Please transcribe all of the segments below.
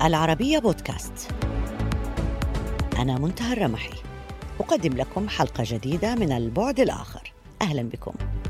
العربية بودكاست. أنا منتهى الرمحي، أقدم لكم حلقة جديدة من البعد الآخر. أهلا بكم.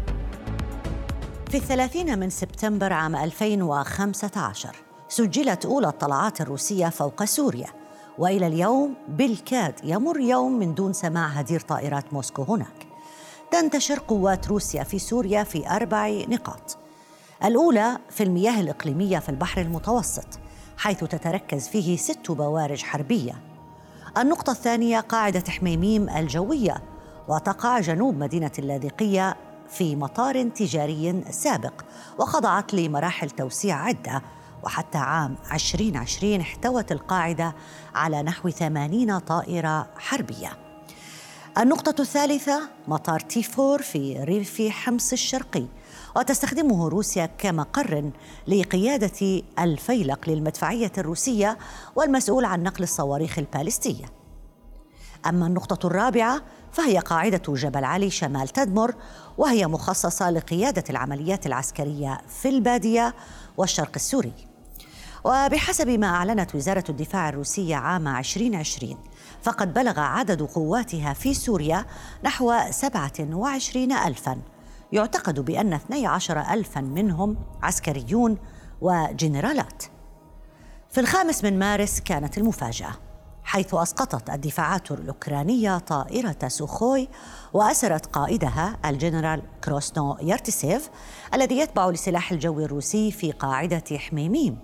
في 30 من سبتمبر عام 2015 سجلت أولى الطلعات الروسية فوق سوريا، وإلى اليوم بالكاد يمر يوم من دون سماع هدير طائرات موسكو هناك. تنتشر قوات روسيا في سوريا في 4 نقاط. الأولى في المياه الإقليمية في البحر المتوسط، حيث تتركز فيه 6 بوارج حربية. النقطة الثانية قاعدة حميميم الجوية، وتقع جنوب مدينة اللاذقية في مطار تجاري سابق، وخضعت لمراحل توسيع عدة، وحتى عام 2020 احتوت القاعدة على نحو 80 طائرة حربية. النقطة الثالثة مطار تيفور في ريف حمص الشرقي، وتستخدمه روسيا كمقر لقيادة الفيلق للمدفعية الروسية والمسؤول عن نقل الصواريخ البالستية. أما النقطة الرابعة فهي قاعدة جبل علي شمال تدمر، وهي مخصصة لقيادة العمليات العسكرية في البادية والشرق السوري. وبحسب ما أعلنت وزارة الدفاع الروسية عام 2020 فقد بلغ عدد قواتها في سوريا نحو 27 ألفاً، يعتقد بأن 12 ألفاً منهم عسكريون وجنرالات. في 5 من مارس كانت المفاجأة، حيث أسقطت الدفاعات الأوكرانية طائرة سوخوي وأسرت قائدها الجنرال كروسنو يرتسيف الذي يتبع لسلاح الجو الروسي في قاعدة حميميم.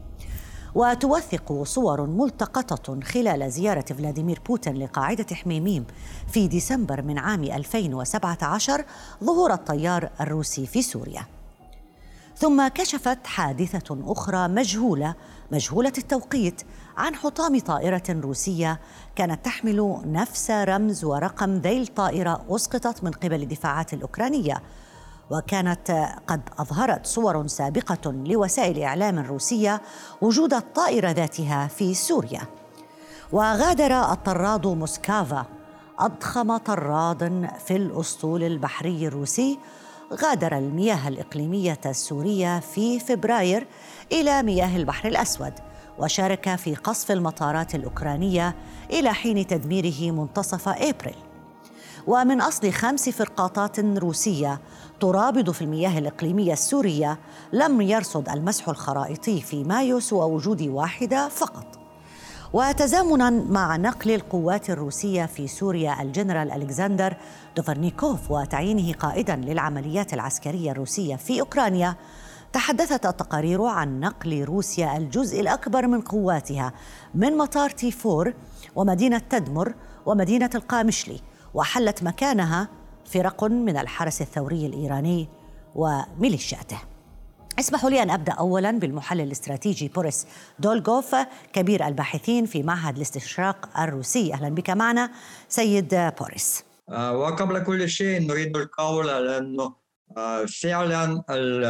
وتوثق صور ملتقطة خلال زيارة فلاديمير بوتين لقاعدة حميميم في ديسمبر من عام 2017 ظهور الطيار الروسي في سوريا. ثم كشفت حادثة أخرى مجهولة التوقيت عن حطام طائرة روسية كانت تحمل نفس رمز ورقم ذيل طائرة أسقطت من قبل الدفاعات الأوكرانية، وكانت قد أظهرت صور سابقة لوسائل إعلام روسية وجود الطائرة ذاتها في سوريا. وغادر الطراد موسكافا، أضخم طراد في الأسطول البحري الروسي، غادر المياه الإقليمية السورية في فبراير إلى مياه البحر الأسود، وشارك في قصف المطارات الأوكرانية إلى حين تدميره منتصف أبريل. ومن أصل 5 فرقاطات روسية ترابط في المياه الإقليمية السورية، لم يرصد المسح الخرائطي في مايو سوى وجود واحدة فقط. وتزامناً مع نقل القوات الروسية في سوريا الجنرال ألكسندر دوفرنيكوف وتعيينه قائداً للعمليات العسكرية الروسية في أوكرانيا، تحدثت التقارير عن نقل روسيا الجزء الأكبر من قواتها من مطار تيفور ومدينة تدمر ومدينة القامشلي، وحلت مكانها فرق من الحرس الثوري الإيراني وميليشياته. اسمحوا لي أن أبدأ أولاً بالمحلل الاستراتيجي بوريس دولغوف، كبير الباحثين في معهد الاستشراق الروسي. أهلاً بك معنا سيد بوريس. وقبل كل شيء نريد القول على أنه فعلاً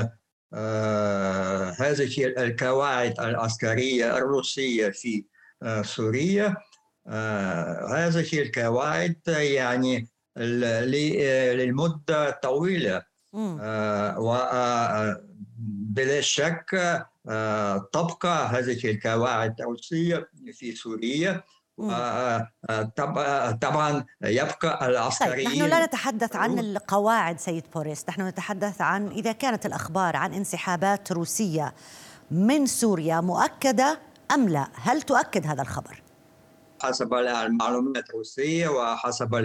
هذه القواعد العسكرية الروسية في سوريا، هذه القواعد يعني للمدة طويلة، وبلا شك تبقى هذه القواعد الروسية في سوريا. طبعا يبقى العسكريين. طيب، نحن لا نتحدث عن القواعد سيد بوريس، نحن نتحدث عن إذا كانت الأخبار عن انسحابات روسية من سوريا مؤكدة أم لا. هل تؤكد هذا الخبر؟ حسب المعلومات الروسية وحسب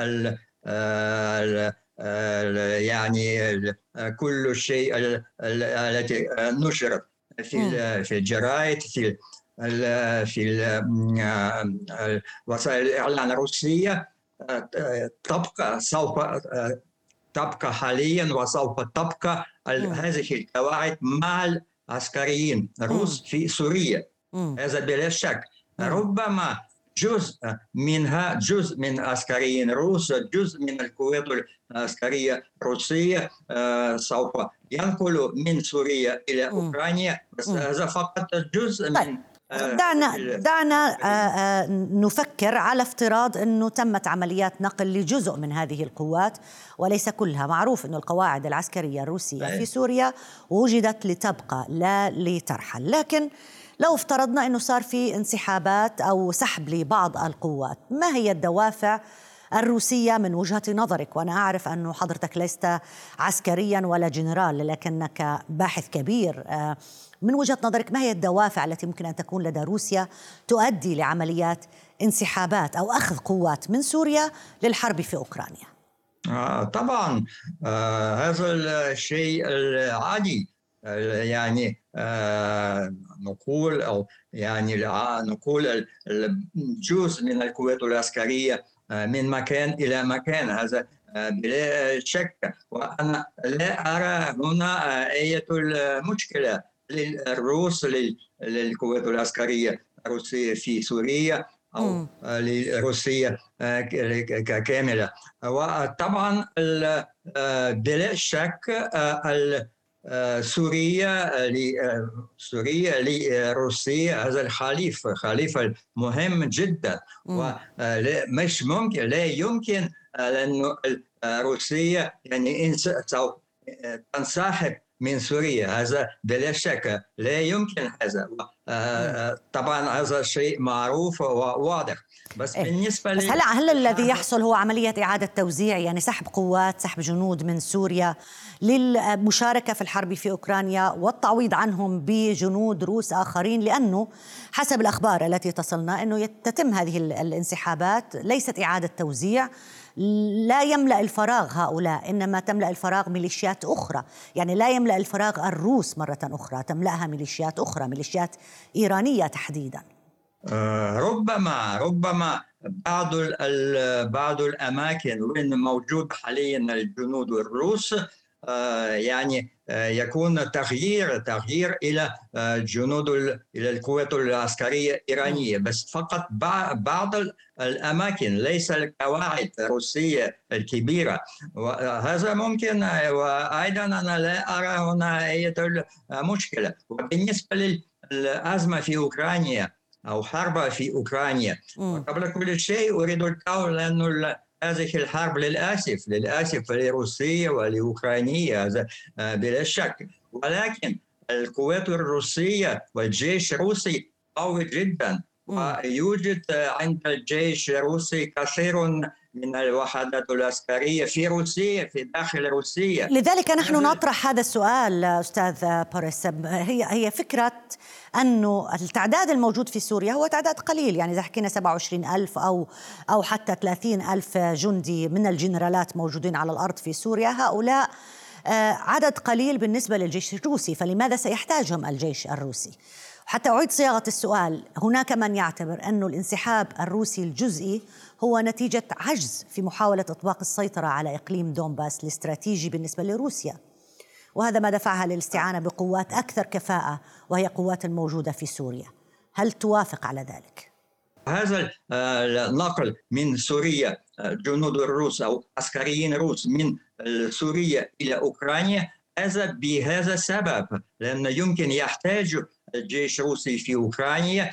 يعني كل شيء التي نشرت في الجرائد في وسائل الإعلام الروسية، سوف تبقى حاليا وسوف تبقى هذه القواعد مع العسكريين الروس في سوريا. هذا بلا شك. ربما جزء من عسكريين روس، جزء من القوات العسكرية الروسية سوف ينقلوا من سوريا إلى أوكرانيا، بس هذا فقط جزء من. دعنا نفكر على افتراض أنه تمت عمليات نقل لجزء من هذه القوات وليس كلها. معروف أن القواعد العسكرية الروسية في سوريا وجدت لتبقى لا لترحل، لكن لو افترضنا أنه صار في انسحابات أو سحب لبعض القوات، ما هي الدوافع الروسية من وجهة نظرك؟ وأنا أعرف أنه حضرتك لست عسكريا ولا جنرال، لكنك باحث كبير. من وجهة نظرك ما هي الدوافع التي ممكن أن تكون لدى روسيا تؤدي لعمليات انسحابات أو أخذ قوات من سوريا للحرب في أوكرانيا؟ طبعا هذا الشيء العادي. يعني نقول أو يعني نقول الجزء من القوات العسكرية من مكان إلى مكان، هذا بلا شك. وأنا لا أرى هنا أي المشكلة للروس للقوات العسكرية الروسية في سوريا أو لروسيا كاملة. وطبعا بلا شك سوريا لروسيا هذا الخليف مهم جدا، ومش ممكن، لا يمكن أن روسيا يعني تنسحب من سوريا، هذا بلا شك لا يمكن هذا. طبعا هذا شيء معروف وواضح. بس بالنسبة بس هل الذي يحصل هو عملية إعادة توزيع، يعني سحب قوات، سحب جنود من سوريا للمشاركة في الحرب في أوكرانيا والتعويض عنهم بجنود روس آخرين؟ لأنه حسب الأخبار التي تصلنا أنه تتم هذه الانسحابات، ليست إعادة توزيع، لا يملأ الفراغ هؤلاء، إنما تملأ الفراغ ميليشيات أخرى. يعني لا يملأ الفراغ الروس مرة أخرى، تملأها ميليشيات أخرى، ميليشيات إيرانية تحديدا. ربما بعض الأماكن وين موجود حاليا الجنود الروس يعني يكون تغيير إلى إلى القوات العسكرية الإيرانية، بس فقط بعض الأماكن، ليس القواعد الروسية الكبيرة. وهذا ممكن، وأيضا أنا لا أرى هنا أي مشكلة. وبالنسبة للأزمة في أوكرانيا أو حرب في أوكرانيا، وقبل كل شيء أريد القول أن هذه الحرب للأسف لروسيا ولأوكرانيا، هذا بلا شك. ولكن القوات الروسية والجيش الروسي قوي جدا، ويوجد عند الجيش الروسي كثير من الوحدات العسكرية في روسيا، في داخل روسيا. لذلك نحن نطرح هذا السؤال أستاذ بوريس. هي فكرة أنه التعداد الموجود في سوريا هو تعداد قليل، يعني إذا حكينا 27,000 أو حتى 30,000 جندي من الجنرالات موجودين على الأرض في سوريا، هؤلاء عدد قليل بالنسبة للجيش الروسي، فلماذا سيحتاجهم الجيش الروسي؟ حتى أعيد صياغة السؤال، هناك من يعتبر أن الانسحاب الروسي الجزئي هو نتيجة عجز في محاولة إطباق السيطرة على إقليم دونباس الاستراتيجي بالنسبة لروسيا، وهذا ما دفعها للاستعانة بقوات أكثر كفاءة وهي قوات الموجودة في سوريا. هل توافق على ذلك؟ هذا النقل من سوريا جنود الروس أو عسكريين روس من سوريا إلى أوكرانيا، هذا بهذا السبب، لأن يمكن يحتاج الجيش الروسي في أوكرانيا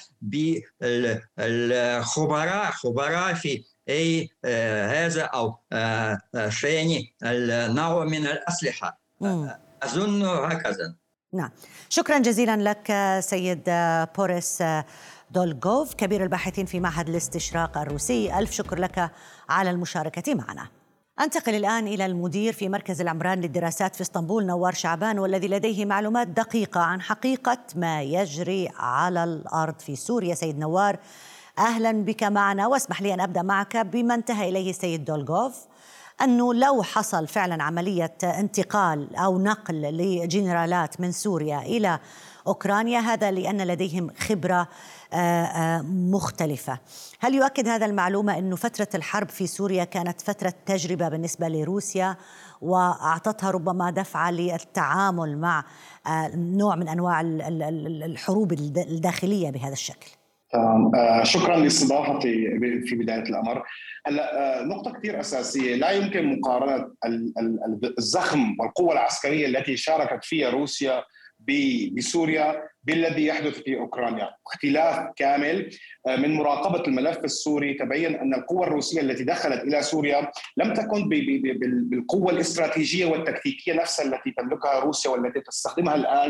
بالخبراء في أي هذا أو ثاني النوع من الأسلحة. أظن هكذا. نعم، شكرا جزيلا لك سيد بوريس دولغوف، كبير الباحثين في معهد الاستشراق الروسي. ألف شكر لك على المشاركة معنا. أنتقل الآن إلى المدير في مركز العمران للدراسات في اسطنبول، نوار شعبان، والذي لديه معلومات دقيقة عن حقيقة ما يجري على الأرض في سوريا. سيد نوار، أهلا بك معنا، واسمح لي أن أبدأ معك بما انتهى إليه سيد دولغوف، أنه لو حصل فعلا عملية انتقال أو نقل لجنرالات من سوريا إلى أوكرانيا، هذا لأن لديهم خبرة مختلفة. هل يؤكد هذا المعلومة أنه فترة الحرب في سوريا كانت فترة تجربة بالنسبة لروسيا وأعطتها ربما دفعة للتعامل مع نوع من أنواع الحروب الداخلية بهذا الشكل؟ شكرا لاستضافتي في بداية الأمر. هلا نقطة كثير أساسية، لا يمكن مقارنة الزخم والقوة العسكرية التي شاركت فيها روسيا بسوريا بالذي يحدث في أوكرانيا. اختلاف كامل. من مراقبة الملف السوري تبين أن القوة الروسية التي دخلت إلى سوريا لم تكن بالقوة الاستراتيجية والتكتيكية نفسها التي تملكها روسيا والتي تستخدمها الآن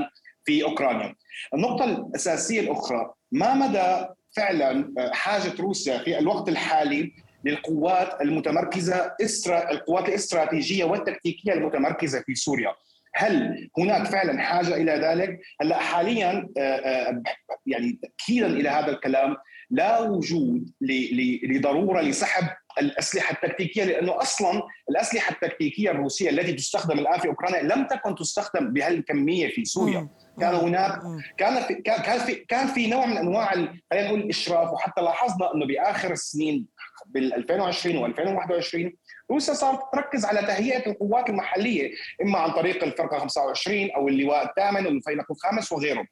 في أوكرانيا. النقطة الأساسية الأخرى، ما مدى فعلا حاجة روسيا في الوقت الحالي للقوات المتمركزة، القوات الاستراتيجية والتكتيكية المتمركزة في سوريا؟ هل هناك فعلا حاجة إلى ذلك؟ هلا حاليا يعني تأكيدا إلى هذا الكلام، لا وجود لضرورة لسحب الأسلحة التكتيكية، لأنه أصلا الأسلحة التكتيكية الروسية التي تستخدم الآن في أوكرانيا لم تكن تستخدم بهالكمية في سوريا. كان هناك كان في نوع من أنواع خلينا نقول الإشراف، وحتى لاحظنا أنه بآخر السنين بال 2020 و2021 روسيا صارت تركز على تهيئة القوات المحلية، إما عن طريق الفرقة 25 أو اللواء الثامن والفيلق الخامس وغيره.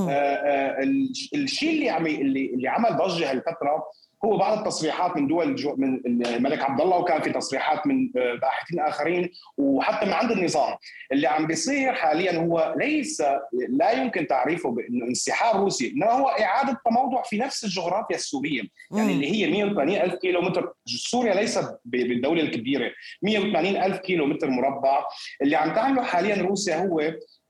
الشيء اللي عمل ضجة هالفترة هو بعض التصريحات من من الملك عبد الله، وكان في تصريحات من باحثين آخرين وحتى من عند النظام. اللي عم بيصير حاليا هو لا يمكن تعريفه بأنه انسحاب روسي، إنما هو إعادة تموضع في نفس الجغرافيا السورية، يعني اللي هي 180 ألف كيلومتر. سوريا ليست بالدولة الكبيرة، 180 ألف كيلومتر مربع. اللي عم تعمله حاليا روسيا هو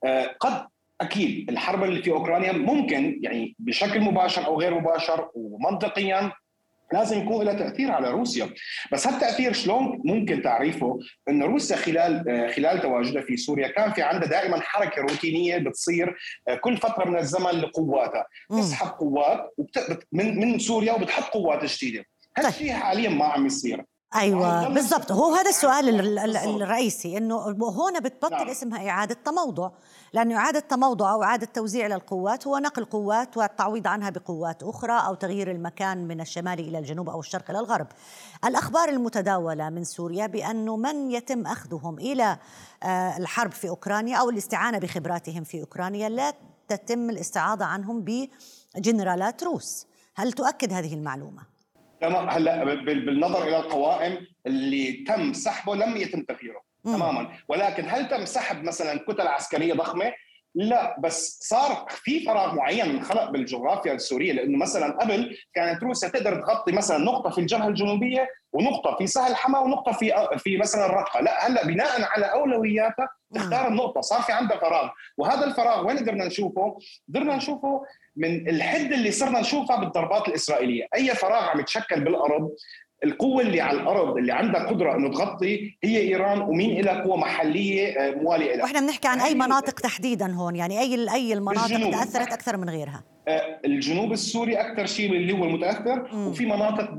قد أكيد الحرب اللي في أوكرانيا ممكن يعني بشكل مباشر أو غير مباشر ومنطقيا لازم يكون لها تأثير على روسيا. بس هالتأثير شلون ممكن تعريفه؟ أن روسيا خلال تواجدها في سوريا كان في عندها دائما حركة روتينية بتصير كل فترة من الزمن لقواتها، تسحب قوات من سوريا وبتحط قوات جديدة. هالشيء حاليا ما عم يصير. أيوة بالضبط، هو هذا السؤال الرئيسي، إنه هون بتبطل اسمها إعادة تموضع، لأنه إعادة تموضع أو إعادة توزيع للقوات هو نقل قوات والتعويض عنها بقوات أخرى أو تغيير المكان من الشمال إلى الجنوب أو الشرق إلى الغرب. الأخبار المتداولة من سوريا بأنه من يتم أخذهم إلى الحرب في أوكرانيا أو الاستعانة بخبراتهم في أوكرانيا لا تتم الاستعاضة عنهم بجنرالات روس. هل تؤكد هذه المعلومة؟ هلا بالنظر الى القوائم اللي تم سحبه لم يتم تغييره تماما، ولكن هل تم سحب مثلا كتل عسكريه ضخمه؟ لا، بس صار في فراغ معين انخلق بالجغرافيا السوريه، لانه مثلا قبل كانت روسيا تقدر تغطي مثلا نقطه في الجبهه الجنوبيه ونقطه في سهل حما ونقطه في مثلا الرقه. لا، هلا بناء على اولوياتها تختار النقطه، صار في عندها فراغ. وهذا الفراغ وين قدرنا نشوفه؟ قدرنا نشوفه من الحد اللي صرنا نشوفها بالضربات الاسرائيليه. اي فراغ عم يتشكل بالارض، القوة اللي على الأرض اللي عندها قدرة إنه تغطي هي إيران، ومين إلى قوة محلية موالية لها. وإحنا بنحكي عن أي مناطق تحديدا هون؟ يعني أي المناطق تأثرت أكثر من غيرها؟ الجنوب السوري أكثر شيء اللي هو المتأثر، وفي مناطق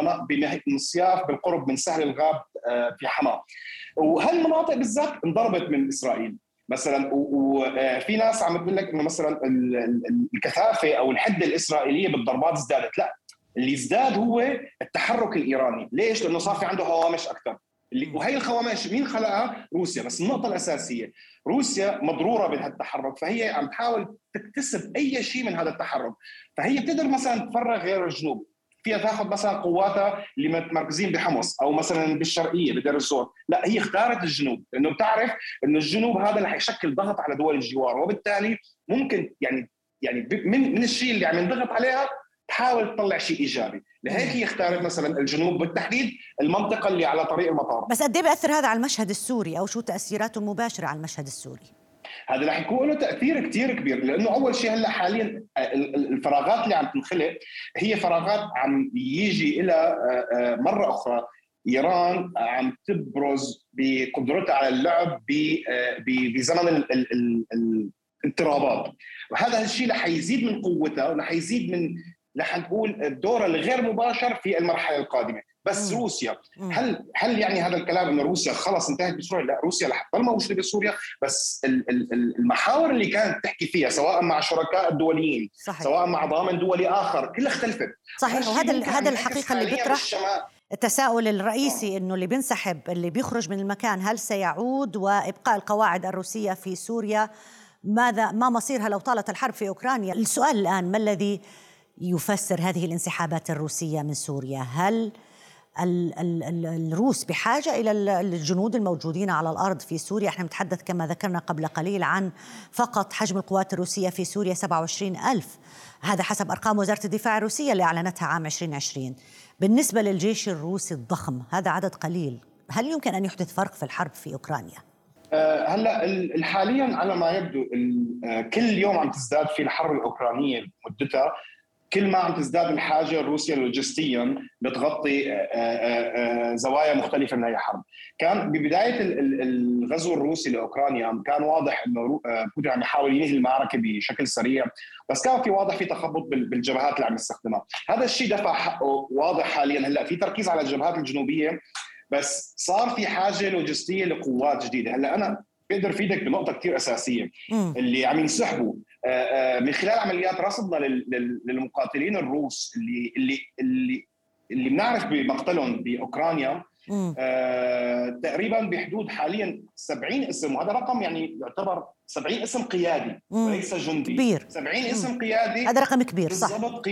بمصياف بالقرب من سهل الغاب في حما، وهالمناطق بالذات انضربت من إسرائيل مثلا. وفي ناس عم تقول لك إنه مثلا الكثافة أو الحدة الإسرائيلية بالضربات ازدادت. لا، اللي ازداد هو التحرك الإيراني. ليش؟ لأنه صار في عنده هوامش أكثر، وهي الهوامش مين خلقها؟ روسيا. بس النقطة الأساسية، روسيا مضرورة بهالتحرك، فهي عم تحاول تكتسب أي شيء من هذا التحرك. فهي بتقدر مثلا تفرغ غير الجنوب، فيها تاخذ مثلا قواتها اللي متمركزين بحمص أو مثلا بالشرقية بدير الزور. لا، هي اختارت الجنوب لأنه بتعرف إنه الجنوب هذا اللي حيشكل ضغط على دول الجوار، وبالتالي ممكن يعني من الشيء اللي عم ينضغط عليها تحاول تطلع شيء إيجابي. لهيك هي اختارت مثلا الجنوب، بالتحديد المنطقة اللي على طريق المطار. بس قد ايه بيأثر هذا على المشهد السوري، أو شو تأثيراته المباشرة على المشهد السوري؟ هذا رح يكون له تأثير كتير كبير، لأنه أول شيء هلا حاليا الفراغات اللي عم تنخلق هي فراغات عم يجي إلى مرة أخرى إيران عم تبرز بقدرتها على اللعب بزمن الاضطرابات، وهذا الشيء رح يزيد من قوتها ورح يزيد من رح نقول الدور الغير مباشر في المرحله القادمه. بس روسيا هل يعني هذا الكلام انه روسيا خلص انتهت بسوريا؟ لا، روسيا رح تضل موجوده بسوريا، بس المحاور اللي كانت تحكي فيها سواء مع شركاء الدوليين صحيح، سواء مع ضامن دولي اخر، كلها اختلفت. صحيح، وهذا الحقيقه اللي بيطرح التساؤل الرئيسي، انه اللي بينسحب اللي بيخرج من المكان هل سيعود، وابقاء القواعد الروسيه في سوريا ما مصيرها لو طالت الحرب في أوكرانيا؟ السؤال الآن ما الذي يفسر هذه الانسحابات الروسية من سوريا؟ هل الروس بحاجة إلى الجنود الموجودين على الأرض في سوريا؟ احنا نتحدث كما ذكرنا قبل قليل عن فقط حجم القوات الروسية في سوريا 27,000، هذا حسب أرقام وزارة الدفاع الروسية اللي أعلنتها عام 2020. بالنسبة للجيش الروسي الضخم هذا عدد قليل، هل يمكن أن يحدث فرق في الحرب في أوكرانيا؟ هلا حاليا على ما يبدو كل يوم عم تزداد في الحرب الاوكرانيه مدتها، كل ما عم تزداد الحاجه روسيا لوجستيا لتغطي زوايا مختلفه من هي الحرب. كان ببدايه الغزو الروسي لاوكرانيا كان واضح انه بوتين عم يحاول ينهي المعركه بشكل سريع، بس كان في واضح في تخبط بالجبهات اللي عم يستخدمها. هذا الشيء دفع حقه واضح حاليا. هلا في تركيز على الجبهات الجنوبيه، بس صار في حاجه لوجستيه لقوات جديده. هلا انا بقدر فيدك بنقطه كثير اساسيه. اللي عم ينسحبوا من خلال عمليات رصدنا للمقاتلين الروس اللي بنعرف بمقتلهم باوكرانيا، تقريبا بحدود حاليا 70 اسم، وهذا رقم يعني يعتبر 70 اسم قيادي وليس جندي. كبير. 70 اسم قيادي، هذا رقم كبير صح.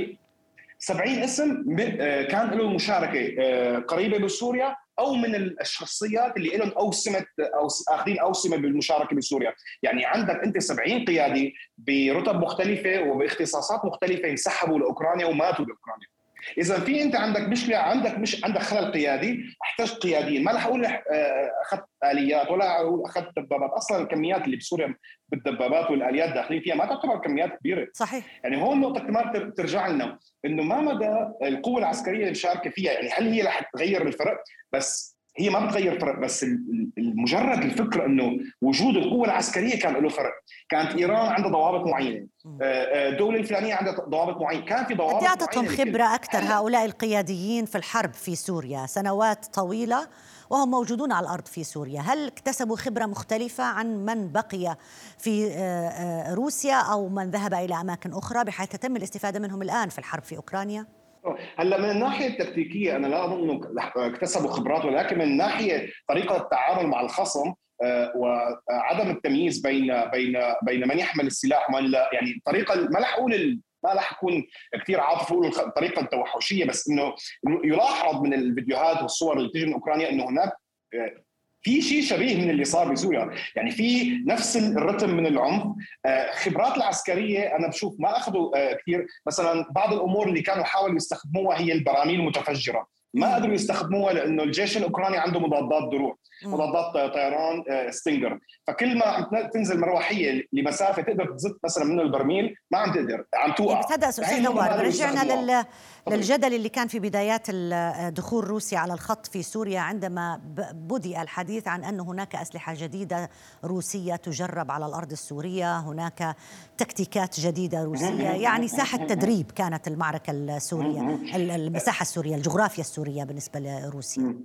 70 اسم كان له مشاركه قريبه بسوريا او من الشخصيات اللي لهم اوسمه او اخذين اوسمه بالمشاركه بسوريا. يعني عندك انت 70 قيادي برتب مختلفه وباختصاصات مختلفه انسحبوا لاوكرانيا وماتوا باوكرانيا. اذا في انت عندك مشكله، مش عندك خلل قيادي، احتجت قياديين. ما رح اقول اخذت اليات ولا اقول اخذت دبابات، اصلا الكميات اللي بسوريا بالدبابات والاليات داخلين فيها ما تعتبر كميات كبيره. صحيح. يعني هون نقطه كمان ترجع لنا انه ما مدى القوه العسكريه اللي مشاركه فيها، يعني هل هي رح تغير الفرق؟ بس هي ما بتغير الفرق، بس مجرد الفكره انه وجود القوه العسكريه كان له فرق. كانت ايران عندها ضوابط معينه، الدوله الفلانيه عندها ضوابط معينه، كان في ضوابط معينه. أعطتهم خبره اكثر هؤلاء القياديين في الحرب في سوريا، سنوات طويله وهم موجودون على الارض في سوريا. هل اكتسبوا خبره مختلفه عن من بقي في روسيا او من ذهب الى اماكن اخرى بحيث تتم الاستفاده منهم الان في الحرب في اوكرانيا؟ هلا من الناحيه التكتيكيه انا لا اظن انه اكتسبوا خبرات، ولكن من ناحيه طريقه التعامل مع الخصم وعدم التمييز بين من يحمل السلاح ومن لا. يعني طريقه ما رح اكون كثير عاطفي اقول الطريقه التوحشيه، بس انه يلاحظ من الفيديوهات والصور اللي تيجي من اوكرانيا انه هناك في شيء شبيه من اللي صار بسوريا. يعني في نفس الرتم من العنف. خبرات العسكريه انا بشوف ما اخذوا كثير. مثلا بعض الامور اللي كانوا حاولوا يستخدموها هي البراميل المتفجره، ما قدروا يستخدموها لانه الجيش الاوكراني عنده مضادات دروع، مضادات طيران ستينجر. فكل ما عم تنزل مروحيه لمسافه تقدر تزت مثلا من البرميل ما عم تقدر، عم توقع. بس هذا استاذ نوار رجعنا للجدل اللي كان في بدايات دخول روسيا على الخط في سوريا، عندما بدأ الحديث عن أن هناك أسلحة جديدة روسية تجرب على الأرض السورية، هناك تكتيكات جديدة روسية، يعني ساحة تدريب كانت المعركة السورية، المساحة السورية، الجغرافيا السورية بالنسبة لروسيا.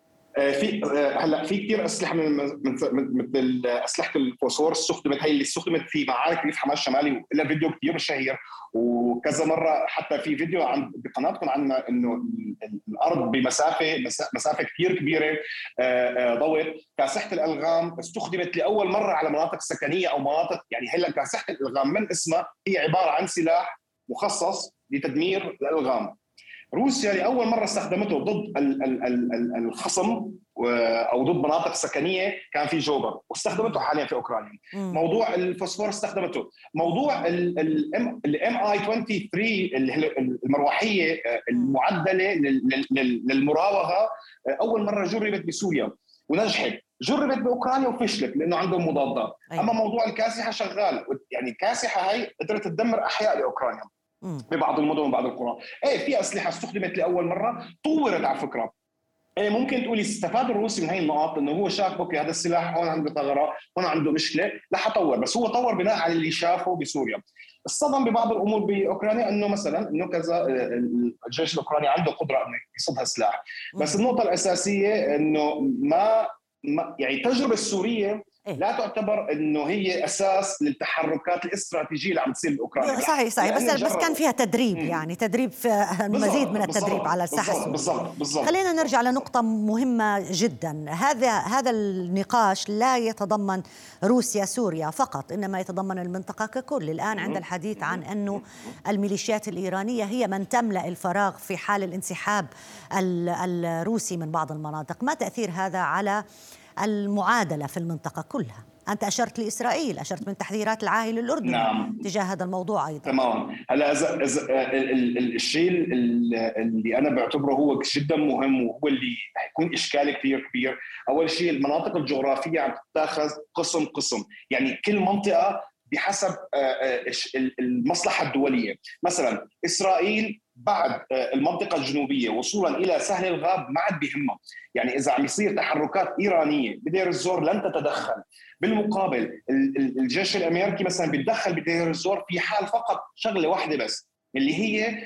هلا في كثير اسلحه مثل اسلحه الفوسفور استخدمت، هي اللي استخدمت في معارك ريف حماس الشمالي، لها فيديو كثير شهير وكذا مره حتى في فيديو بقناتكم عنا انه الارض مسافه كثير كبيره ضوء. كاسحه الالغام استخدمت لاول مره على مناطق سكنيه او مناطق، يعني هلا كاسحه الالغام من اسمها هي عباره عن سلاح مخصص لتدمير الالغام. روسيا لأول مرة استخدمته ضد الخصم أو ضد مناطق سكنية كان في جوبر، واستخدمته حاليا في أوكرانيا. موضوع الفوسفور استخدمته. موضوع الام اي 23 اللي هي المروحية المعدلة للمراوغة أول مرة جربت بسوريا ونجحت، جربت بأوكرانيا وفشلت لأنه عندهم مضادات. أما موضوع الكاسحة شغال، يعني الكاسحة هاي قدرت تدمر أحياء لأوكرانيا ببعض المدن وبعض القرى. في اسلحه استخدمت لاول مره طورت على فكره. ممكن تقولي استفاد الروسي من هاي النقاط، انه هو شاف اوكي هذا السلاح هون عنده ثغره، هون عنده مشكله، رح اطور. بس هو طور بناء على اللي شافه بسوريا. الصدم ببعض الامور باوكرانيا انه مثلا انه كذا الجيش الاوكراني عنده قدره انه يصدها سلاح، بس النقطه الاساسيه انه ما يعني التجربه السوريه لا تعتبر انه هي اساس للتحركات الاستراتيجيه اللي عم تصير باوكرانيا. صحيح بس كان فيها تدريب، يعني تدريب في مزيد من التدريب على الساحه. بالضبط. خلينا نرجع لنقطه مهمه جدا. هذا النقاش لا يتضمن روسيا سوريا فقط، انما يتضمن المنطقه ككل. الان عند الحديث عن انه الميليشيات الايرانيه هي من تملا الفراغ في حال الانسحاب الروسي من بعض المناطق. ما تاثير هذا على المعادلة في المنطقة كلها؟ أنت أشرت لإسرائيل، أشرت من تحذيرات العاهل الأردني نعم تجاه هذا الموضوع أيضا. تمام. هلا الشيء اللي انا بعتبره هو جدا مهم وهو اللي حيكون اشكال كثير كبير، اول شيء المناطق الجغرافيه عم تتاخذ قسم قسم، يعني كل منطقه بحسب المصلحه الدوليه. مثلا اسرائيل بعد المنطقه الجنوبيه وصولا الى سهل الغاب ما عاد بيهمها، يعني اذا عم يصير تحركات ايرانيه بدير الزور لن تتدخل. بالمقابل الجيش الامريكي مثلا بيتدخل بدير الزور في حال فقط شغله واحده بس، اللي هي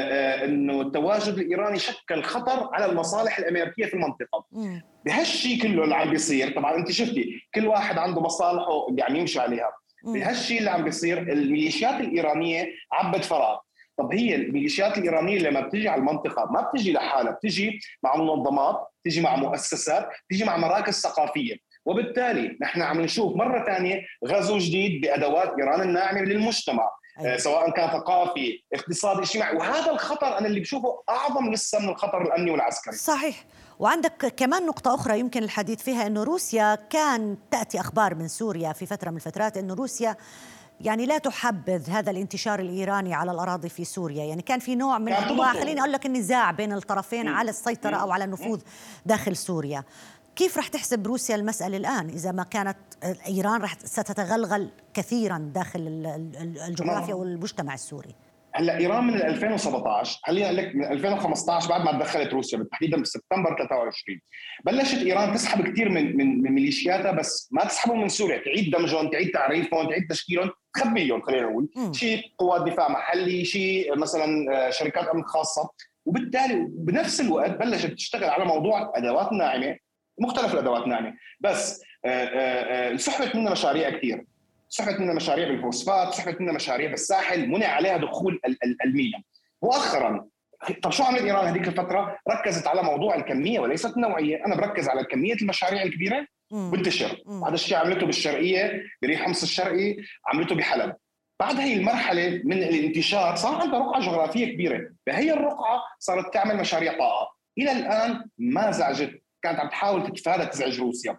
انه التواجد الايراني شكل خطر على المصالح الامريكيه في المنطقه. بهالشيء كله اللي عم بيصير، طبعا انت شفتي كل واحد عنده مصالحه اللي عم يمشي عليها. بهالشيء اللي عم بيصير الميليشيات الايرانيه عبت فراغ. طب هي الميليشيات الإيرانية لما بتجي على المنطقة ما بتجي لحالها، بتجي مع منظمات، بتجي مع مؤسسات، بتجي مع مراكز ثقافية، وبالتالي نحن عم نشوف مرة ثانية غزو جديد بأدوات إيران الناعمة للمجتمع. سواء كان ثقافي، اقتصادي، اجتماعي، وهذا الخطر أنا اللي بشوفه أعظم لسه من الخطر الأمني والعسكري. صحيح. وعندك كمان نقطة أخرى يمكن الحديث فيها، أنه روسيا كان تأتي أخبار من سوريا في فترة من الفترات أنه روسيا يعني لا تحبذ هذا الانتشار الإيراني على الأراضي في سوريا، يعني كان في نوع من أنواع، خليني أقول لك، النزاع بين الطرفين على السيطرة أو على النفوذ داخل سوريا. كيف رح تحسب روسيا المسألة الآن إذا ما كانت إيران رح ستتغلغل كثيرا داخل الجغرافيا والمجتمع السوري؟ هلا ايران من 2017، خليني اقول لك من 2015 بعد ما تدخلت روسيا تحديدا بسبتمبر 23 بلشت ايران تسحب كثير من ميليشياتها، بس ما تسحبهم من سوريا، تعيد دمجهم، تعيد تعريفهم، تعيد تشكيلهم، تخبيهم. خلينا نقول شيء قوات دفاع محلي، شيء مثلا شركات امن خاصه. وبالتالي بنفس الوقت بلشت تشتغل على موضوع الادوات الناعمه، مختلف الادوات الناعمه، بس سحبت منها مشاريع كثير، سحبت منها مشاريع بالفوسفات، سحبت منها مشاريع بالساحل، منع عليها دخول المينا مؤخرا. طب شو عملت ايران هذيك الفتره؟ ركزت على موضوع الكميه وليست النوعيه. انا بركز على كميه المشاريع الكبيره وانتشر. هذا الشيء عملته بالشرقيه، بريح حمص الشرقي، عملته بحلب. بعد هي المرحله من الانتشار صار عندها رقعه جغرافيه كبيره، بهي الرقعه صارت تعمل مشاريع طاقه. الى الان ما زعجت، كانت عم تحاول تتفادى تزعج روسيا.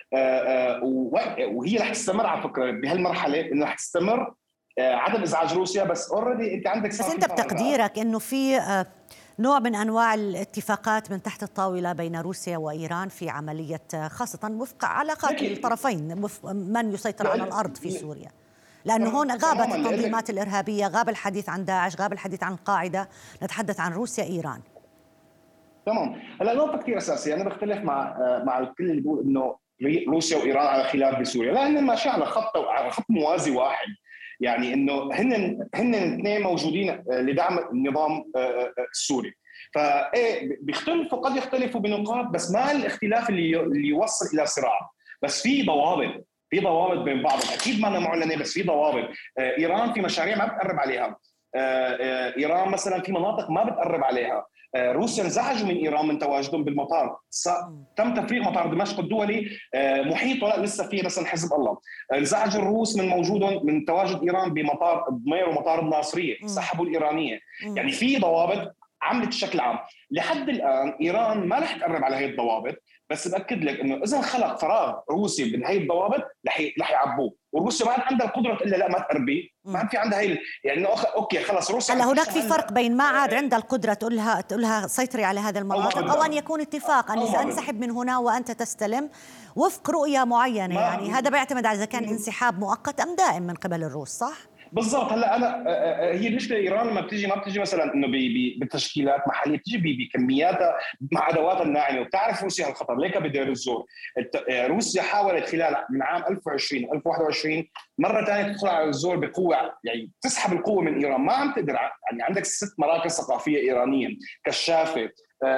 وهي رح تستمر على فكره بهالمرحله، انه رح تستمر عدم ازعاج روسيا. بس اوريدي انت عندك، بس انت بتقديرك انه في نوع من انواع الاتفاقات من تحت الطاوله بين روسيا وايران في عمليه، خاصه وفق علاقات الطرفين، من يسيطر على الارض في سوريا؟ لانه هون غابت التنظيمات الارهابيه، غاب الحديث عن داعش، غاب الحديث عن القاعده، نتحدث عن روسيا ايران. تمام. هلا نقطه كثير اساسيه، انا بختلف مع الكل اللي بيقول انه روسيا وايران على خلاف بسوريا، لا، هن ماشيين على خط موازي واحد. يعني انه هن الاثنين موجودين لدعم النظام السوري. فايه بيختلفوا، قد يختلفوا بنقاط، بس ما الاختلاف اللي يوصل الى صراع. بس في ضوابط بين بعضهم، اكيد ما معلنه، بس في ضوابط. ايران في مشاريع ما بتقرب عليها، ايران مثلا في مناطق ما بتقرب عليها. روسيا انزعجوا من ايران من تواجدهم بالمطار، تم تفريغ مطار دمشق الدولي، محيطه لا لسه فيه مثلا حزب الله. انزعج الروس من وجودهم، من تواجد ايران بمطار ضمير ومطار الناصريه، سحبوا الايرانيه. يعني في ضوابط عملت بشكل عام. لحد الان ايران ما رح تقرب على هي الضوابط، بس باكد لك انه اذا خلق فراغ روسي من هي الضوابط رح يعبوه، وروسيا ما عندها القدره الا لا ما تقربي، ما عاد في عندها هي يعني اوكي خلص روسيا. هلا هناك في فرق بين ما عاد عندها القدره تقول لها سيطري على هذه المناطق، او ان يكون اتفاق ان اذا انسحب من هنا وانت تستلم وفق رؤيه معينه. يعني هذا بيعتمد على اذا كان انسحاب مؤقت ام دائم من قبل الروس، صح؟ بالضبط. هلا انا هي المشكله ايران لما ما بتجي مثلا انه بتشكيلات محليه، بتجي بكمياتها مع ادواتها الناعمه، وبتعرف روسيا الخطر ليك بدير الزور. روسيا حاولت خلال من عام 2021 مره ثانيه تدخل على الزور بقوه، يعني تسحب القوه من ايران، ما عم تقدر. يعني عندك 6 مراكز ثقافيه ايرانيه، كشافه،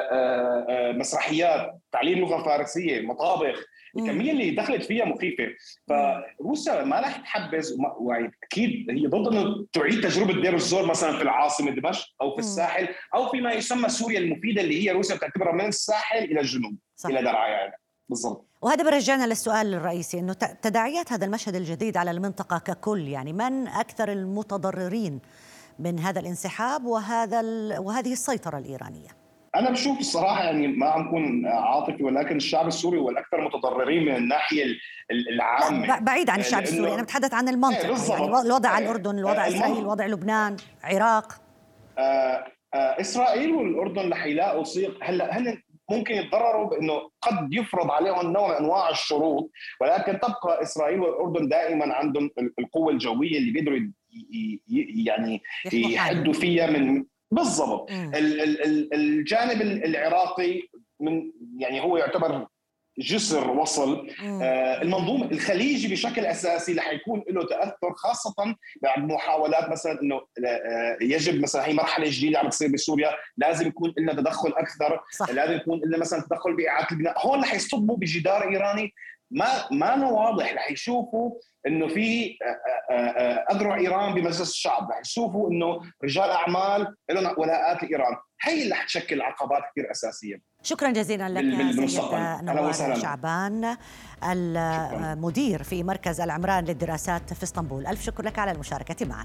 مسرحيات، تعليم لغه فارسيه، مطابخ، الكميه اللي دخلت فيها مخيفه. فروسيا ما راح تحبز، واكيد هي ضد انه تعيد تجربه دير الزور مثلا في العاصمه دمشق او في الساحل او فيما يسمى سوريا المفيده، اللي هي روسيا بتعتبرها من الساحل الى الجنوب، صح، الى درعا يعني. بالضبط. وهذا برجعنا للسؤال الرئيسي، انه تداعيات هذا المشهد الجديد على المنطقه ككل، يعني من اكثر المتضررين من هذا الانسحاب وهذه السيطره الايرانيه؟ أنا بشوف الصراحة يعني ما عم كون عاطفي، ولكن الشعب السوري هو الأكثر متضررين من الناحية العامة. بعيد عن الشعب السوري، أنا بتحدث عن المنطقة، يعني الوضع على الأردن، الوضع إسرائيل، الوضع لبنان، عراق. إسرائيل والأردن رح يلاقوا صيغ. هلا ممكن يتضرروا بأنه قد يفرض عليهم نوع من أنواع الشروط، ولكن تبقى إسرائيل والأردن دائما عندهم القوة الجوية اللي بيقدروا يعني يحدوا فيها من بالضبط. الجانب العراقي من يعني هو يعتبر جسر وصل. المنظومة الخليجي بشكل أساسي رح يكون له تأثر، خاصة بعد محاولات مثلا إنه يجب مثلا هي مرحلة جديدة عم تصير بسوريا، لازم يكون لنا تدخل أكثر. صح. لازم يكون لنا مثلا تدخل بإعادة البناء. هون رح يصبوا بجدار إيراني ما واضح. رح يشوفوا إنه في أذرع إيران بمجلس الشعب، رح يشوفوا إنه رجال أعمال لهم ولاءات لإيران. هي اللي رح تشكل عقبات كثير أساسية. شكرا جزيلا لك سيد نوار شعبان، المدير في مركز العمران للدراسات في اسطنبول. ألف شكر لك على المشاركة معنا.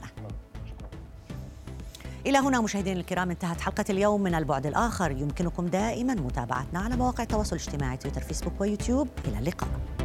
إلى هنا مشاهدينا الكرام انتهت حلقة اليوم من البعد الآخر. يمكنكم دائما متابعتنا على مواقع التواصل الاجتماعي تويتر، فيسبوك ويوتيوب. إلى اللقاء.